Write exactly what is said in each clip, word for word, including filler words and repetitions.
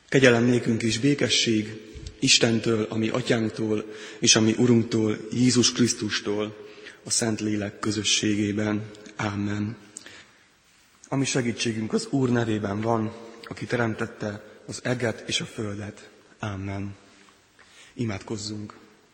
Kegyelem nékünk és békesség Istentől, a mi atyánktól, és a mi Urunktól, Jézus Krisztustól, a Szentlélek közösségében. Ámen. A mi segítségünk az Úr nevében van, aki teremtette az eget és a földet. Ámen. Imádkozzunk.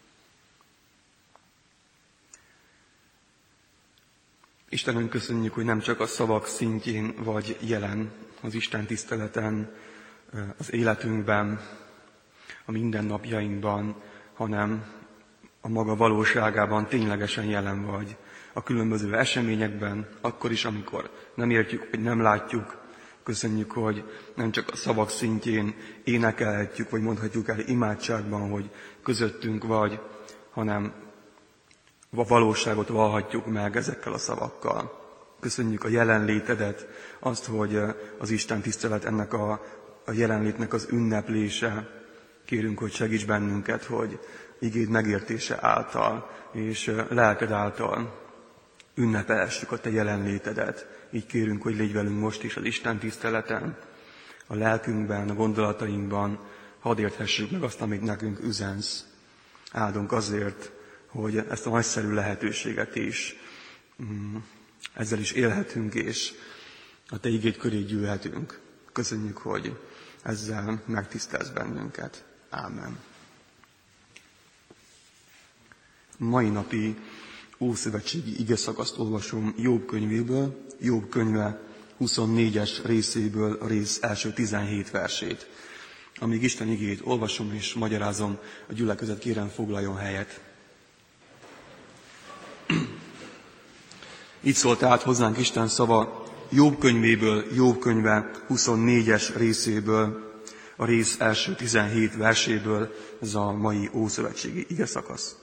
Istenünk, köszönjük, hogy nem csak a szavak szintjén vagy jelen az Isten tiszteleten, az életünkben, a mindennapjainkban, hanem a maga valóságában ténylegesen jelen vagy. A különböző eseményekben, akkor is, amikor nem értjük, vagy nem látjuk. Köszönjük, hogy nem csak a szavak szintjén énekelhetjük, vagy mondhatjuk el imádságban, hogy közöttünk vagy, hanem a valóságot vallhatjuk meg ezekkel a szavakkal. Köszönjük a jelenlétedet, azt, hogy az Isten tisztelet ennek a, a jelenlétnek az ünneplése. Kérünk, hogy segíts bennünket, hogy igéd megértése által és lelked által ünnepelhessük a te jelenlétedet. Így kérünk, hogy légy velünk most is az Isten tiszteleten, a lelkünkben, a gondolatainkban, hadd érthessük meg azt, amit nekünk üzensz. Áldunk azért, hogy ezt a nagyszerű lehetőséget is ezzel is élhetünk, és a te igéd köré gyűlhetünk. Köszönjük, hogy ezzel megtisztelsz bennünket. Ámen. Mai napi ószövetségi igeszakaszt olvasom Jobb könyvéből, Jobb könyve huszonnégyes részéből, a rész első tizenhét versét. Amíg Isten igéjét olvasom és magyarázom, a gyülekezet kérem foglaljon helyet. Így szólt át hozzánk Isten szava Jobb könyvéből, Jobb könyve huszonnégyes részéből, a rész első tizenhét verséből, ez a mai ószövetségi igeszakasz.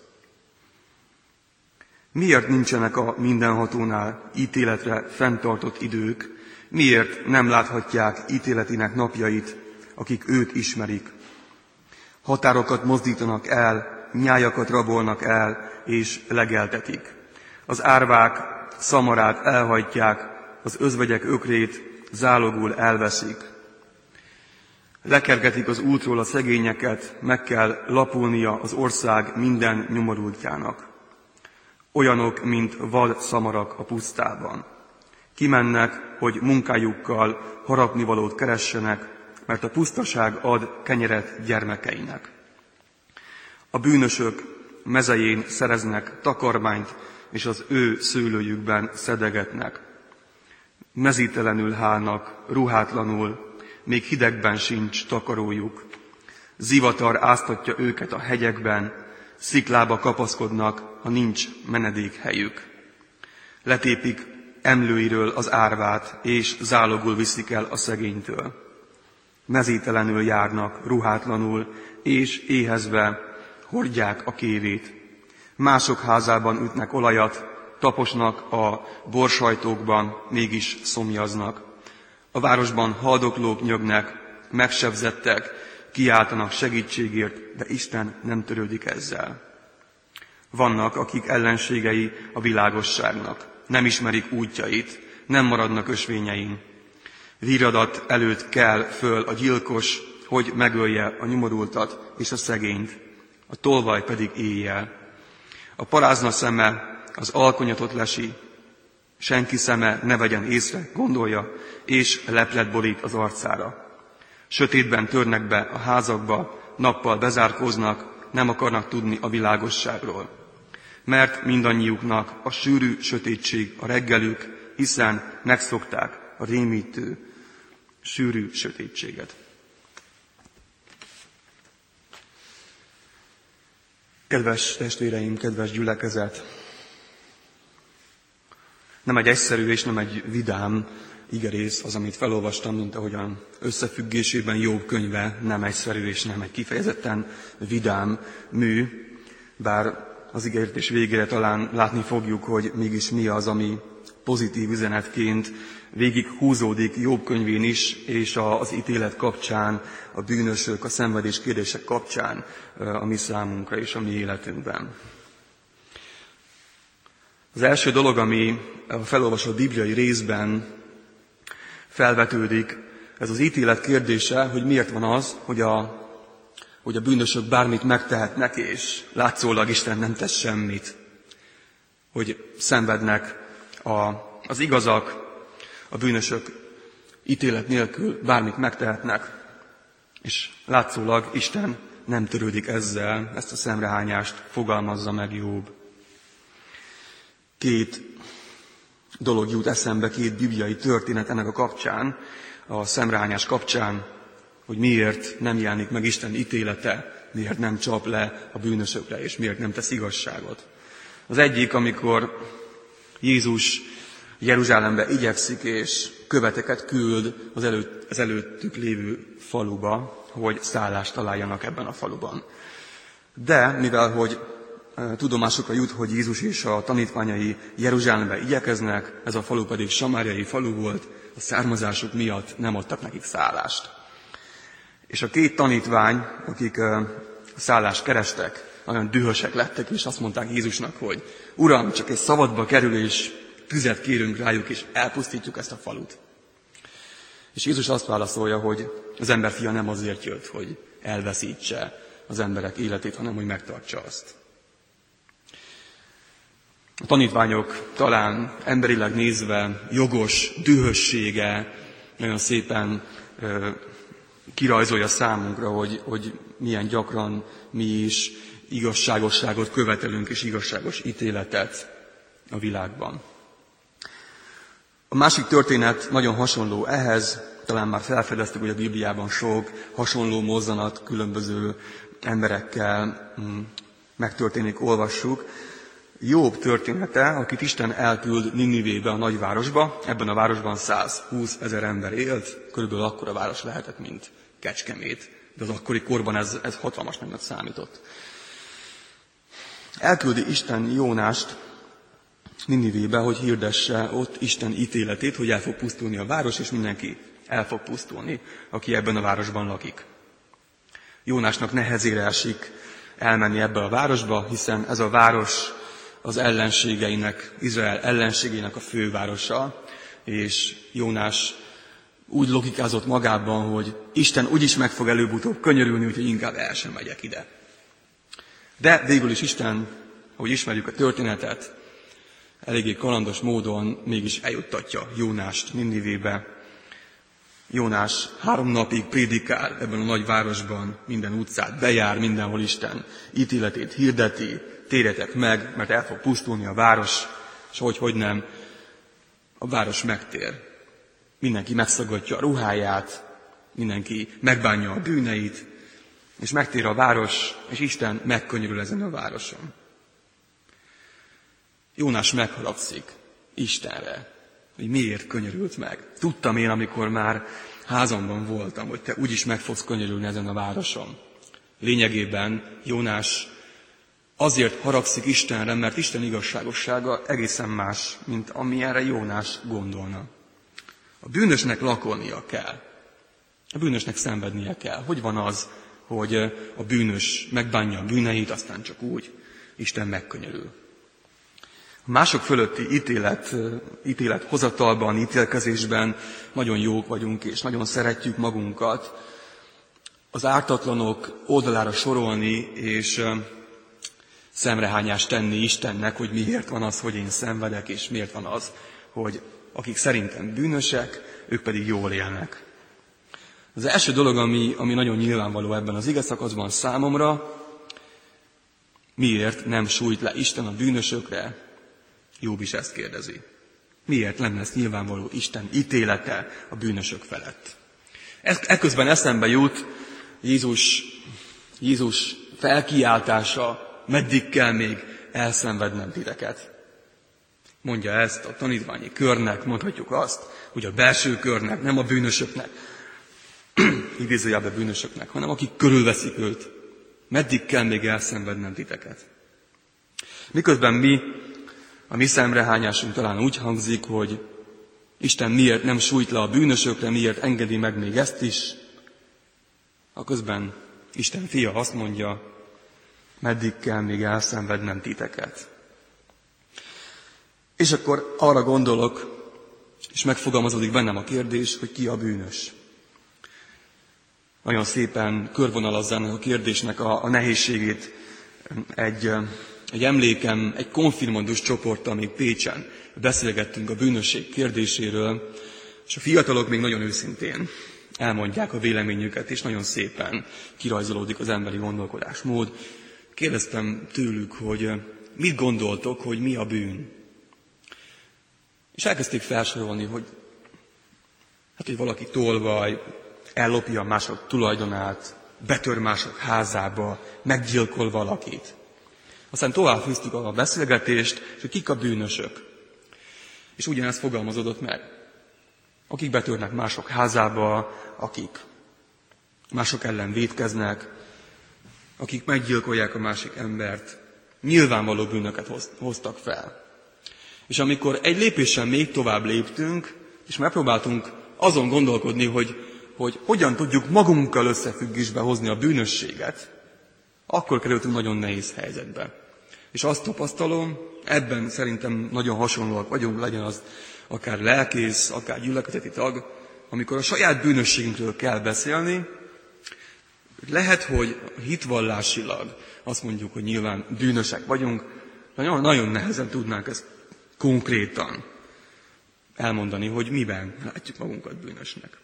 Miért nincsenek a mindenhatónál ítéletre fenntartott idők? Miért nem láthatják ítéletének napjait, akik őt ismerik? Határokat mozdítanak el, nyájakat rabolnak el, és legeltetik. Az árvák szamarát elhajtják, az özvegyek ökrét zálogul elveszik. Lekergetik az útról a szegényeket, meg kell lapulnia az ország minden nyomorultjának. Olyanok, mint vad szamarak a pusztában. Kimennek, hogy munkájukkal harapnivalót keressenek, mert a pusztaság ad kenyeret gyermekeinek. A bűnösök mezején szereznek takarmányt, és az ő szőlőjükben szedegetnek. Mezítelenül hálnak, ruhátlanul, még hidegben sincs takarójuk. Zivatar áztatja őket a hegyekben, sziklába kapaszkodnak, ha nincs menedékhelyük. Letépik emlőiről az árvát, és zálogul viszik el a szegénytől. Mezítelenül járnak, ruhátlanul, és éhezve hordják a kévét. Mások házában ütnek olajat, taposnak a borsajtókban, mégis szomjaznak. A városban haldoklók nyögnek, megsebzettek, kiáltanak segítségért, de Isten nem törődik ezzel. Vannak, akik ellenségei a világosságnak, nem ismerik útjait, nem maradnak ösvényein. Víradat előtt kell föl a gyilkos, hogy megölje a nyomorultat és a szegényt, a tolvaj pedig éjjel. A parázna szeme az alkonyatot lesi, senki szeme ne vegyen észre, gondolja, és leplet borít az arcára. Sötétben törnek be a házakba, nappal bezárkóznak, nem akarnak tudni a világosságról. Mert mindannyiuknak a sűrű sötétség a reggelük, hiszen megszokták a rémítő, sűrű sötétséget. Kedves testvéreim, kedves gyülekezet! Nem egy egyszerű és nem egy vidám igerész az, amit felolvastam, mint ahogyan összefüggésében Jobb könyve nem egyszerű és nem egy kifejezetten vidám mű, bár az ígéretés végére talán látni fogjuk, hogy mégis mi az, ami pozitív üzenetként végig húzódik Jobb könyvén is, és az ítélet kapcsán, a bűnösök, a szenvedés kérdések kapcsán a mi számunkra és a mi életünkben. Az első dolog, ami a felolvasott bibliai részben felvetődik, Ez az ítélet kérdése, hogy miért van az, hogy a, hogy a bűnösök bármit megtehetnek, és látszólag Isten nem tesz semmit. Hogy szenvednek a, az igazak, a bűnösök ítélet nélkül bármit megtehetnek, és látszólag Isten nem törődik ezzel, ezt a szemrehányást fogalmazza meg Jobb. Két dolog jut eszembe, két bibliai történet ennek a kapcsán, a szemrehányás kapcsán, hogy miért nem jelenik meg Isten ítélete, miért nem csap le a bűnösökre, és miért nem tesz igazságot. Az egyik, amikor Jézus Jeruzsálembe igyekszik, és követeket küld az, előtt, az előttük lévő faluba, hogy szállást találjanak ebben a faluban. De mivel, hogy e, tudomásukra jut, hogy Jézus és a tanítványai Jeruzsálembe igyekeznek, ez a falu pedig samáriai falu volt, a származásuk miatt nem adtak nekik szállást. És a két tanítvány, akik e, szállást kerestek, nagyon dühösek lettek, és azt mondták Jézusnak, hogy Uram, csak egy szabadba kerül, és tüzet kérünk rájuk, és elpusztítjuk ezt a falut. És Jézus azt válaszolja, hogy az emberfia nem azért jött, hogy elveszítse az emberek életét, hanem hogy megtartsa azt. A tanítványok talán emberileg nézve jogos dühössége nagyon szépen ö, kirajzolja számunkra, hogy, hogy milyen gyakran mi is igazságosságot követelünk, és igazságos ítéletet a világban. A másik történet nagyon hasonló ehhez, talán már felfedeztük, hogy a Bibliában sok hasonló mozzanat különböző emberekkel megtörténik, olvassuk. Jobb története, akit Isten elküld Ninivébe, a nagyvárosba. Ebben a városban százhúsz ezer ember élt, körülbelül akkora város lehetett, mint Kecskemét, de az akkori korban ez, ez hatalmas nagynak számított. Elküldi Isten Jónást Ninivébe, hogy hirdesse ott Isten ítéletét, hogy el fog pusztulni a város, és mindenki el fog pusztulni, aki ebben a városban lakik. Jónásnak nehezére esik elmenni ebbe a városba, hiszen ez a város az ellenségeinek, Izrael ellenségeinek a fővárosa, és Jónás úgy logikázott magában, hogy Isten úgyis meg fog előbb-utóbb könyörülni, úgyhogy inkább el sem megyek ide. De végül is Isten, ahogy ismerjük a történetet, eléggé kalandos módon mégis eljuttatja Jónást Ninivébe. Jónás három napig prédikál ebben a nagy városban, minden utcát bejár, mindenhol Isten ítéletét hirdeti, térjetek meg, mert el fog pusztulni a város, és hogy, hogy nem, a város megtér. Mindenki megszagadja a ruháját, mindenki megbánja a bűneit, és megtér a város, és Isten megkönyörül ezen a városon. Jónás megharagszik Istenre, hogy miért könyörült meg. Tudtam én, amikor már házamban voltam, hogy te úgyis meg fogsz könyörülni ezen a városon. Lényegében Jónás azért haragszik Istenre, mert Isten igazságossága egészen más, mint amilyenre Jónás gondolna. A bűnösnek lakolnia kell. A bűnösnek szenvednie kell. Hogy van az, hogy a bűnös megbánja a bűneit, aztán csak úgy Isten megkönyörül. A mások fölötti ítélet, ítélet hozatalban, ítélkezésben nagyon jók vagyunk, és nagyon szeretjük magunkat az ártatlanok oldalára sorolni, és szemrehányást tenni Istennek, hogy miért van az, hogy én szenvedek, és miért van az, hogy akik szerintem bűnösek, ők pedig jól élnek. Az első dolog, ami, ami nagyon nyilvánvaló ebben az ige szakaszban számomra, miért nem sújt le Isten a bűnösökre? Jobb is ezt kérdezi. Miért lenne ez nyilvánvaló Isten ítélete a bűnösök felett? Ekközben eszembe jut Jézus, Jézus felkiáltása, meddig kell még elszenvednem titeket. Mondja ezt a tanítványi körnek, mondhatjuk azt, hogy a belső körnek, nem a bűnösöknek, idézőjelben bűnösöknek, hanem akik körülveszik őt. Meddig kell még elszenvednem titeket? Miközben mi, a mi szemrehányásunk talán úgy hangzik, hogy Isten miért nem sújt le a bűnösökre, miért engedi meg még ezt is, a közben Isten fia azt mondja, meddig kell még elszenvednem titeket. És akkor arra gondolok, és megfogalmazódik bennem a kérdés, hogy ki a bűnös. nagyon szépen körvonalazzának a kérdésnek a, a nehézségét. Egy, egy emlékem, egy konfirmandus csoporttal még Pécsen beszélgettünk a bűnösség kérdéséről, és a fiatalok még nagyon őszintén elmondják a véleményüket, és nagyon szépen kirajzolódik az emberi gondolkodásmód. Kérdeztem tőlük, hogy mit gondoltok, hogy mi a bűn? És elkezdték felsorolni, hogy hát, hogy valaki tolvaj, ellopja mások tulajdonát, betör mások házába, meggyilkol valakit. Aztán tovább fűztük a beszélgetést, és hogy kik a bűnösök. És ugyanezt fogalmazódott meg. Akik betörnek mások házába, akik mások ellen vétkeznek, akik meggyilkolják a másik embert, nyilvánvaló bűnöket hoztak fel. És amikor egy lépéssel még tovább léptünk, és megpróbáltunk azon gondolkodni, hogy, hogy hogyan tudjuk magunkkal összefüggésbe hozni a bűnösséget, akkor kerültünk nagyon nehéz helyzetbe. És azt tapasztalom, ebben szerintem nagyon hasonlóak vagyunk, legyen az akár lelkész, akár gyülekezeti tag, amikor a saját bűnösségünkről kell beszélni, lehet, hogy hitvallásilag azt mondjuk, hogy nyilván bűnösek vagyunk, de nagyon, nagyon nehezen tudnánk ezt konkrétan elmondani, hogy miben látjuk magunkat bűnösnek.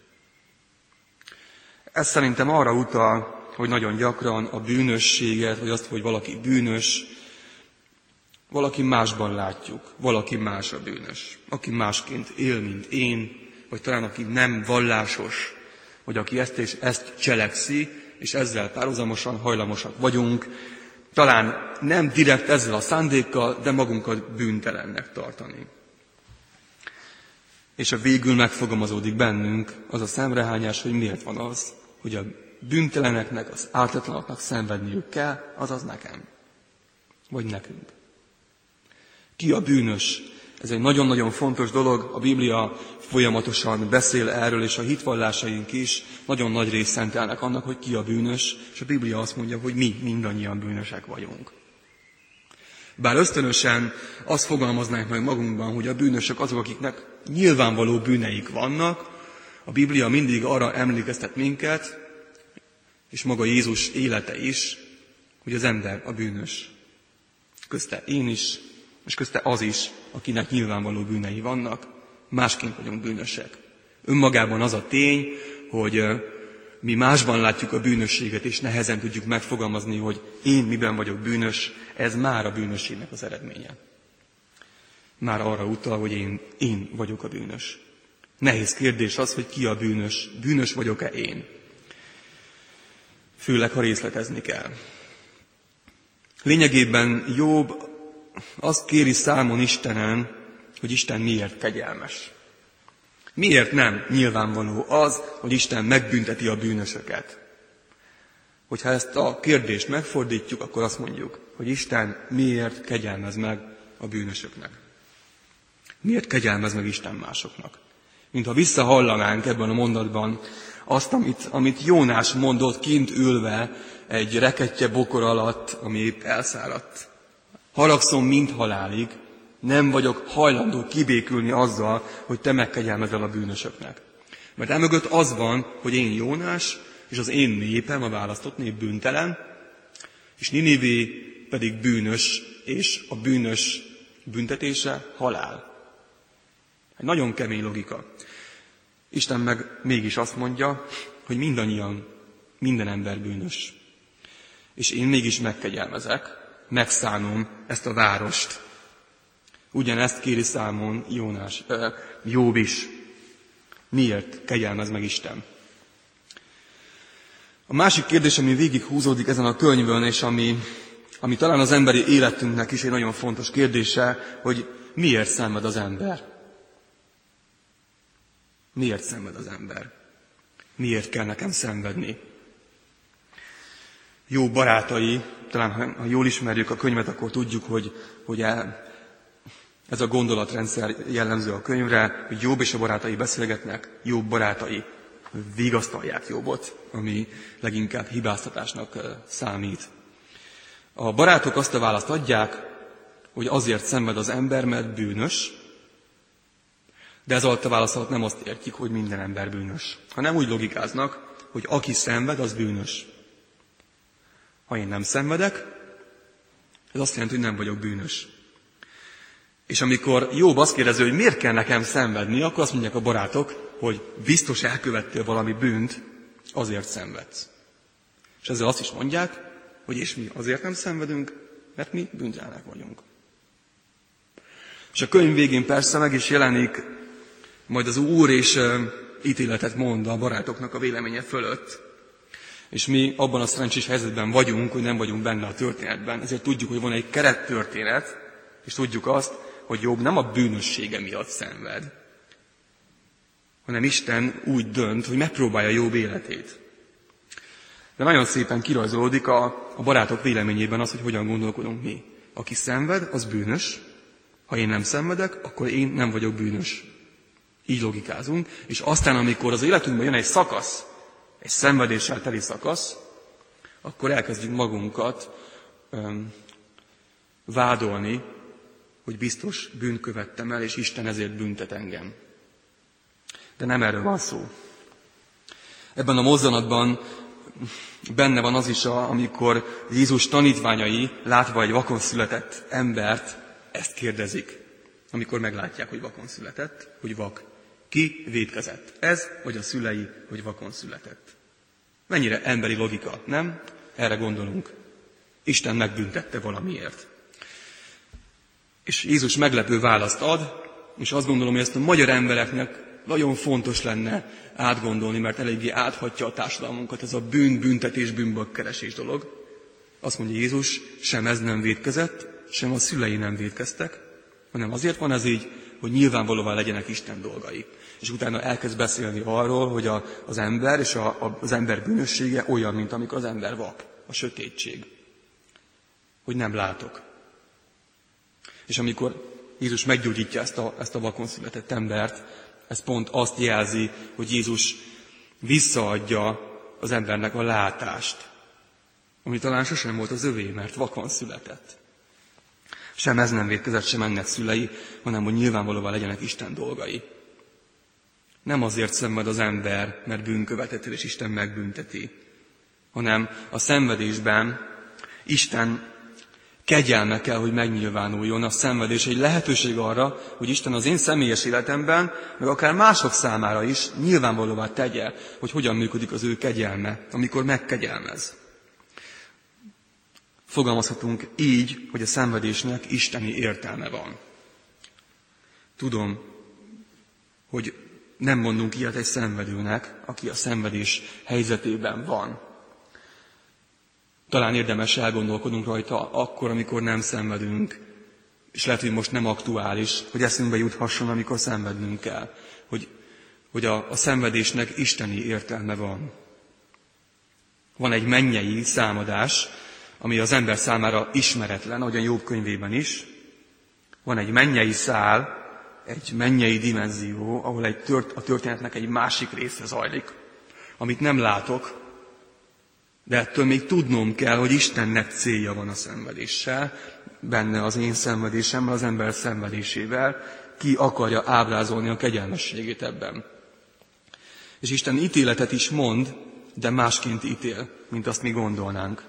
Ez szerintem arra utal, hogy nagyon gyakran a bűnösséget, vagy azt, hogy valaki bűnös, valaki másban látjuk, valaki más a bűnös, aki másként él, mint én, vagy talán aki nem vallásos, vagy aki ezt és ezt cselekszi, és ezzel párhuzamosan hajlamosak vagyunk, talán nem direkt ezzel a szándékkal, de magunkat bűntelennek tartani. És a végül megfogalmazódik bennünk az a szemrehányás, hogy miért van az, hogy a bűnteleneknek, az ártatlanoknak szenvedniük kell, azaz nekem, vagy nekünk. Ki a bűnös? Ez egy nagyon-nagyon fontos dolog, a Biblia folyamatosan beszél erről, és a hitvallásaink is nagyon nagy részt szentelnek annak, hogy ki a bűnös, és a Biblia azt mondja, hogy mi mindannyian bűnösek vagyunk. Bár ösztönösen azt fogalmaznánk meg magunkban, hogy a bűnösök azok, akiknek nyilvánvaló bűneik vannak, a Biblia mindig arra emlékeztet minket, és maga Jézus élete is, hogy az ember a bűnös. Közte én is, és közte az is, akinek nyilvánvaló bűnei vannak, másként vagyunk bűnösek. Önmagában az a tény, hogy mi másban látjuk a bűnösséget, és nehezen tudjuk megfogalmazni, hogy én miben vagyok bűnös, ez már a bűnösségnek az eredménye. Már arra utal, hogy én, én vagyok a bűnös. Nehéz kérdés az, hogy ki a bűnös. Bűnös vagyok-e én? Főleg, ha részletezni kell. Lényegében Jobb azt kéri számon Istenen, hogy Isten miért kegyelmes. Miért nem nyilvánvaló az, hogy Isten megbünteti a bűnösöket? Hogyha ezt a kérdést megfordítjuk, akkor azt mondjuk, hogy Isten miért kegyelmez meg a bűnösöknek. Miért kegyelmez meg Isten másoknak? Mintha visszahallanánk ebben a mondatban azt, amit, amit Jónás mondott kint ülve egy rekettye bokor alatt, ami épp elszáradt. Haragszom mind halálig, nem vagyok hajlandó kibékülni azzal, hogy te megkegyelmezel a bűnösöknek. Mert emögött az van, hogy én Jónás, és az én népem, a választott nép bűntelen, és Ninivé pedig bűnös, és a bűnös büntetése halál. Egy nagyon kemény logika. Isten meg mégis azt mondja, hogy mindannyian, minden ember bűnös. És én mégis megkegyelmezek, megszánom ezt a várost. Ugyanezt kéri számon Jónás, uh, Jobb is. Miért kegyelmez meg Isten? A másik kérdés, ami végig húzódik ezen a könyvön, és ami, ami talán az emberi életünknek is egy nagyon fontos kérdése, hogy miért szenved az ember? Miért szenved az ember? Miért kell nekem szenvedni? Jó barátai, talán ha jól ismerjük a könyvet, akkor tudjuk, hogy, hogy ez a gondolatrendszer jellemző a könyvre, hogy Jobb és a barátai beszélgetnek, Jobb barátai vigasztalják Jobbot, ami leginkább hibáztatásnak számít. A barátok azt a választ adják, hogy azért szenved az ember, mert bűnös, de ez alatt a válasz alatt nem azt értjük, hogy minden ember bűnös, hanem úgy logikáznak, hogy aki szenved, az bűnös. Ha én nem szenvedek, ez azt jelenti, hogy nem vagyok bűnös. És amikor Jobb azt kérdezi, hogy miért kell nekem szenvedni, akkor azt mondják a barátok, hogy biztos elkövettél valami bűnt, azért szenvedsz. És ezzel azt is mondják, hogy és mi azért nem szenvedünk, mert mi bűntelenek vagyunk. És a könyv végén persze meg is jelenik majd az Úr, és ítéletet mond a barátoknak a véleménye fölött. És mi abban a szerencsés helyzetben vagyunk, hogy nem vagyunk benne a történetben. Ezért tudjuk, hogy van egy kerettörténet, és tudjuk azt, hogy Jobb nem a bűnössége miatt szenved, hanem Isten úgy dönt, hogy megpróbálja Jobb életét. De nagyon szépen kirajzolódik a, a barátok véleményében az, hogy hogyan gondolkodunk mi. Aki szenved, az bűnös. Ha én nem szenvedek, akkor én nem vagyok bűnös. Így logikázunk. És aztán, amikor az életünkben jön egy szakasz, egy szenvedéssel teli szakasz, akkor elkezdjük magunkat öm, vádolni, hogy biztos bűnt követtem el, és Isten ezért büntet engem. De nem erről van szó. Ebben a mozzanatban benne van az is, amikor Jézus tanítványai, látva egy vakon született embert, ezt kérdezik, amikor meglátják, hogy vakon született, hogy vak. Ki vétkezett? Ez, vagy a szülei, hogy vakon született? Mennyire emberi logika, nem? Erre gondolunk. Isten megbüntette valamiért. És Jézus meglepő választ ad, és azt gondolom, hogy ezt a magyar embereknek nagyon fontos lenne átgondolni, mert eléggé áthatja a társadalmunkat ez a bűn, büntetés, bűnbakkeresés dolog. Azt mondja Jézus, sem ez nem vétkezett, sem a szülei nem vétkeztek, hanem azért van ez így, hogy nyilvánvalóan legyenek Isten dolgai. És utána elkezd beszélni arról, hogy a, az ember és a, a, az ember bűnössége olyan, mint amikor az ember vak, a sötétség. Hogy nem látok. És amikor Jézus meggyógyítja ezt a, ezt a vakon született embert, ez pont azt jelzi, hogy Jézus visszaadja az embernek a látást, ami talán sosem volt az övé, mert vakon született. Sem ez nem vétkezett, sem ennek szülei, hanem hogy nyilvánvalóan legyenek Isten dolgai. Nem azért szenved az ember, mert bűnkövetett és Isten megbünteti, hanem a szenvedésben Isten kegyelme kell, hogy megnyilvánuljon. A szenvedés egy lehetőség arra, hogy Isten az én személyes életemben, meg akár mások számára is nyilvánvalóvá tegye, hogy hogyan működik az ő kegyelme, amikor megkegyelmez. Fogalmazhatunk így, hogy a szenvedésnek isteni értelme van. Tudom, hogy nem mondunk ilyet egy szenvedőnek, aki a szenvedés helyzetében van. Talán érdemes elgondolkodnunk rajta akkor, amikor nem szenvedünk, és lehet, hogy most nem aktuális, hogy eszünkbe juthasson, amikor szenvednünk kell, hogy, hogy a, a szenvedésnek isteni értelme van. Van egy mennyei számadás, ami az ember számára ismeretlen, ahogy a Jobb könyvében is. Van egy mennyei szál, egy mennyei dimenzió, ahol egy tört, a történetnek egy másik része zajlik, amit nem látok, de ettől még tudnom kell, hogy Istennek célja van a szenvedéssel, benne az én szenvedésemmel, az ember szenvedésével, ki akarja ábrázolni a kegyelmességét ebben. És Isten ítéletet is mond, de másként ítél, mint azt mi gondolnánk.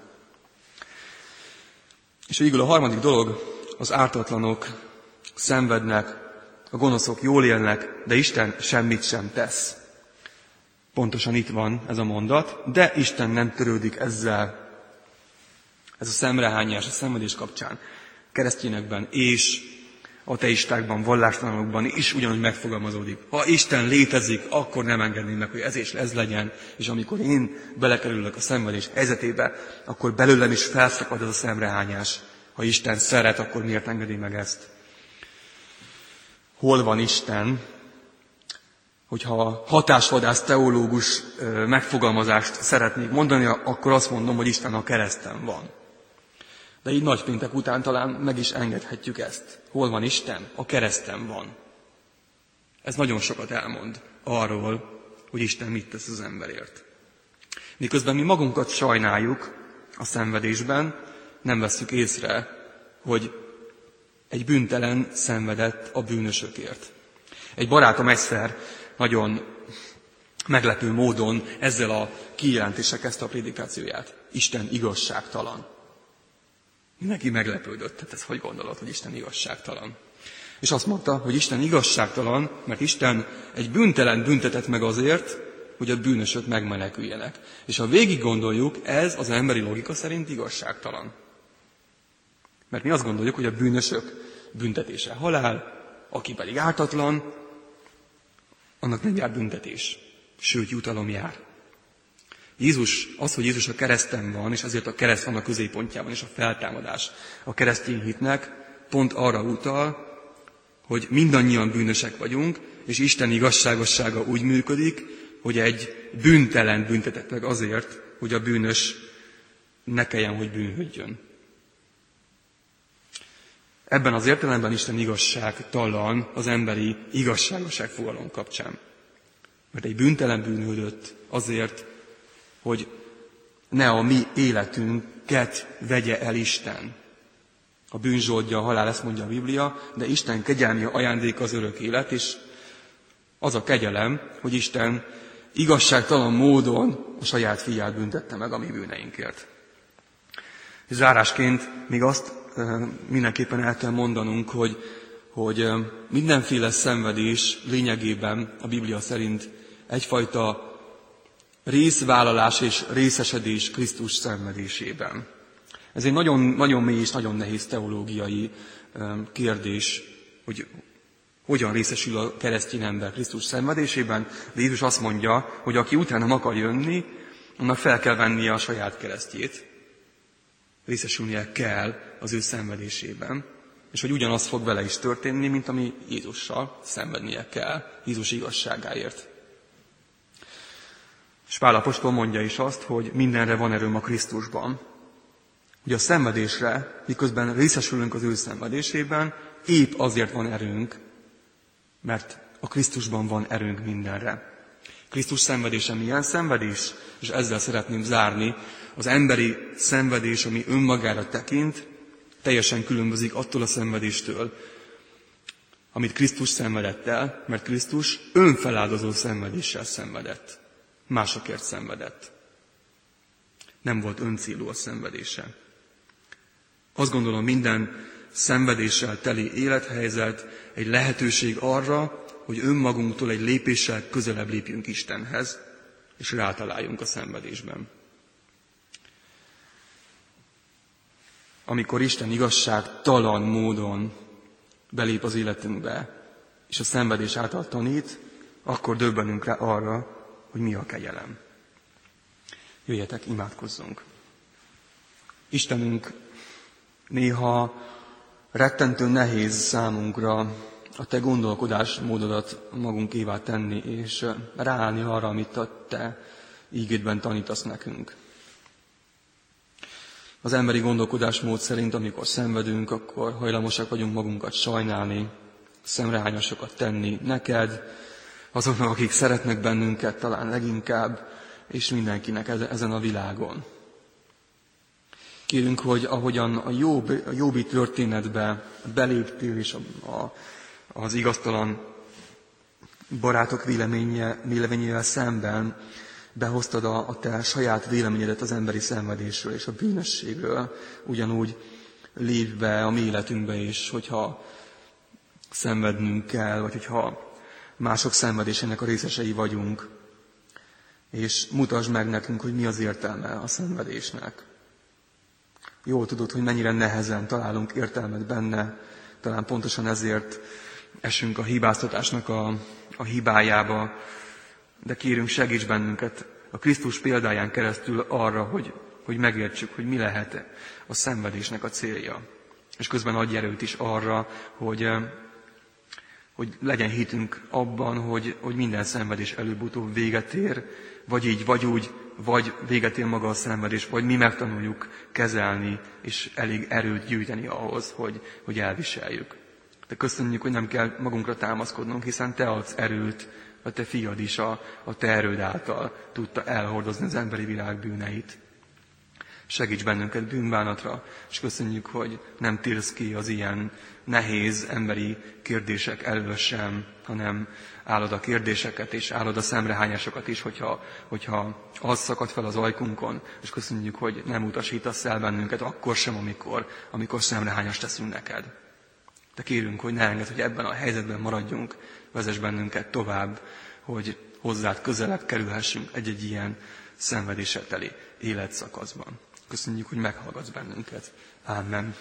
És végül a harmadik dolog, az ártatlanok szenvednek, a gonoszok jól élnek, de Isten semmit sem tesz. Pontosan itt van ez a mondat, de Isten nem törődik ezzel. Ez a szemrehányás a szenvedés kapcsán keresztényekben és ateistákban, vallástalanokban is ugyanúgy megfogalmazódik. Ha Isten létezik, akkor nem engedném meg, hogy ez és ez legyen, és amikor én belekerülök a szenvedés helyzetébe, akkor belőlem is felszakad ez a szemrehányás. Ha Isten szeret, akkor miért engedi meg ezt? Hol van Isten? Hogyha hatásvadász teológus megfogalmazást szeretnék mondani, akkor azt mondom, hogy Isten a kereszten van. De így nagypéntek után talán meg is engedhetjük ezt. Hol van Isten? A kereszten van. Ez nagyon sokat elmond arról, hogy Isten mit tesz az emberért. Miközben mi magunkat sajnáljuk a szenvedésben, nem vesszük észre, hogy egy bűntelen szenvedett a bűnösökért. Egy barátom egyszer nagyon meglepő módon ezzel a kijelentéssel kezdte a prédikációját. Isten igazságtalan. Mindenki meglepődött. Tehát ez hogy gondolod, hogy Isten igazságtalan? És azt mondta, hogy Isten igazságtalan, mert Isten egy bűntelen büntetett meg azért, hogy a bűnösök megmeneküljenek. És ha végig gondoljuk, ez az emberi logika szerint igazságtalan. Mert mi azt gondoljuk, hogy a bűnösök büntetése halál, aki pedig ártatlan, annak nem jár büntetés, sőt jutalom jár. Jézus, az, hogy Jézus a kereszten van, és ezért a kereszt van a középpontjában, és a feltámadás a keresztény hitnek, pont arra utal, hogy mindannyian bűnösek vagyunk, és Isten igazságossága úgy működik, hogy egy bűntelen büntetett meg azért, hogy a bűnös ne kelljen, hogy bűnhődjön. Ebben az értelemben Isten igazságtalan az emberi igazságosság fogalom kapcsán. Mert egy bűntelen bűnhődött azért, hogy ne a mi életünket vegye el Isten. A bűn zsoldja a halál, ezt mondja a Biblia, de Isten kegyelmi ajándéka az örök élet, és az a kegyelem, hogy Isten igazságtalan módon a saját fiát büntette meg a mi bűneinkért. Zárásként még azt mindenképpen el kell mondanunk, hogy, hogy mindenféle szenvedés lényegében a Biblia szerint egyfajta részvállalás és részesedés Krisztus szenvedésében. Ez egy nagyon, nagyon mély és nagyon nehéz teológiai kérdés, hogy hogyan részesül a keresztény ember Krisztus szenvedésében, de Jézus azt mondja, hogy aki utána akar jönni, annak fel kell vennie a saját keresztjét. Részesülnie kell az ő szenvedésében, és hogy ugyanaz fog vele is történni, mint ami Jézussal szenvednie kell, Jézus igazságáért. És Pál apostol mondja is azt, hogy mindenre van erőm a Krisztusban. Hogy a szenvedésre, miközben részesülünk az ő szenvedésében, épp azért van erőnk, mert a Krisztusban van erőnk mindenre. Krisztus szenvedése milyen szenvedés? És ezzel szeretném zárni. Az emberi szenvedés, ami önmagára tekint, teljesen különbözik attól a szenvedéstől, amit Krisztus szenvedett el, mert Krisztus önfeláldozó szenvedéssel szenvedett. Másokért szenvedett. Nem volt öncélú a szenvedése. Azt gondolom, minden szenvedéssel teli élethelyzet egy lehetőség arra, hogy önmagunktól egy lépéssel közelebb lépjünk Istenhez, és rátaláljunk a szenvedésben. Amikor Isten igazságtalan módon belép az életünkbe, és a szenvedés által tanít, akkor döbbenünk rá arra, hogy mi a kegyelem. Jöjjetek, imádkozzunk. Istenünk, néha rettentő nehéz számunkra a Te gondolkodásmódodat magunkévá tenni, és ráállni arra, amit a Te ígédben tanítasz nekünk. Az emberi gondolkodásmód szerint, amikor szenvedünk, akkor hajlamosak vagyunk magunkat sajnálni, szemrehányasokat tenni neked, azoknak, akik szeretnek bennünket talán leginkább, és mindenkinek ezen a világon. Kérünk, hogy ahogyan a, Jobb, a Jobbi történetbe beléptél, és a, a, az igaztalan barátok véleménye, véleményével szemben behoztad a, a te saját véleményedet az emberi szenvedésről és a bűnösségről, ugyanúgy lépj be a mi életünkbe is, hogyha szenvednünk kell, vagy hogyha mások szenvedésének a részesei vagyunk, és mutasd meg nekünk, hogy mi az értelme a szenvedésnek. Jól tudod, hogy mennyire nehezen találunk értelmet benne, talán pontosan ezért esünk a hibáztatásnak a, a hibájába, de kérünk, segíts bennünket a Krisztus példáján keresztül arra, hogy, hogy megértsük, hogy mi lehet a szenvedésnek a célja. És közben adj erőt is arra, hogy, hogy legyen hitünk abban, hogy, hogy minden szenvedés előbb-utóbb véget ér, vagy így, vagy úgy, vagy véget ér maga a szenvedés, vagy mi megtanuljuk kezelni, és elég erőt gyűjteni ahhoz, hogy, hogy elviseljük. De köszönjük, hogy nem kell magunkra támaszkodnunk, hiszen Te adsz erőt, a Te fiad is a, a Te erőd által tudta elhordozni az emberi világ bűneit. Segíts bennünket bűnbánatra, és köszönjük, hogy nem térsz ki az ilyen nehéz emberi kérdések elől sem, hanem állod a kérdéseket, és állod a szemrehányásokat is, hogyha, hogyha az szakad fel az ajkunkon, és köszönjük, hogy nem utasítasz el bennünket akkor sem, amikor, amikor szemrehányást teszünk neked. De kérünk, hogy ne engedd, hogy ebben a helyzetben maradjunk, vezess bennünket tovább, hogy hozzád közelebb kerülhessünk egy-egy ilyen szenvedéssel teli életszakaszban. Köszönjük, hogy meghallgatsz bennünket. Ámen.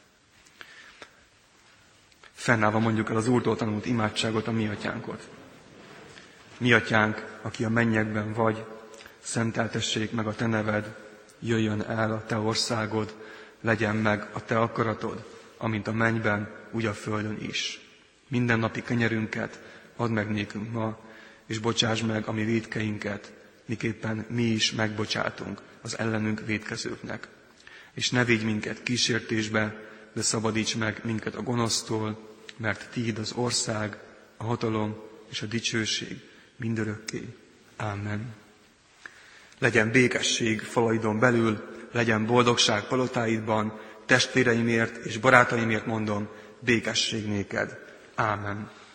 Fennállva mondjuk el az Úrtól tanult imádságot, a mi atyánkot. Mi atyánk, aki a mennyekben vagy, szenteltessék meg a te neved, jöjjön el a te országod, legyen meg a te akaratod, amint a mennyben, úgy a földön is. Minden napi kenyerünket add meg nékünk ma, és bocsáss meg a mi vétkeinket, miképpen mi is megbocsátunk az ellenünk vétkezőknek. És ne védj minket kísértésbe, de szabadíts meg minket a gonosztól, mert tiéd az ország, a hatalom és a dicsőség mindörökké. Ámen. Legyen békesség falaidon belül, legyen boldogság palotáidban, testvéreimért és barátaimért mondom, békesség néked. Ámen.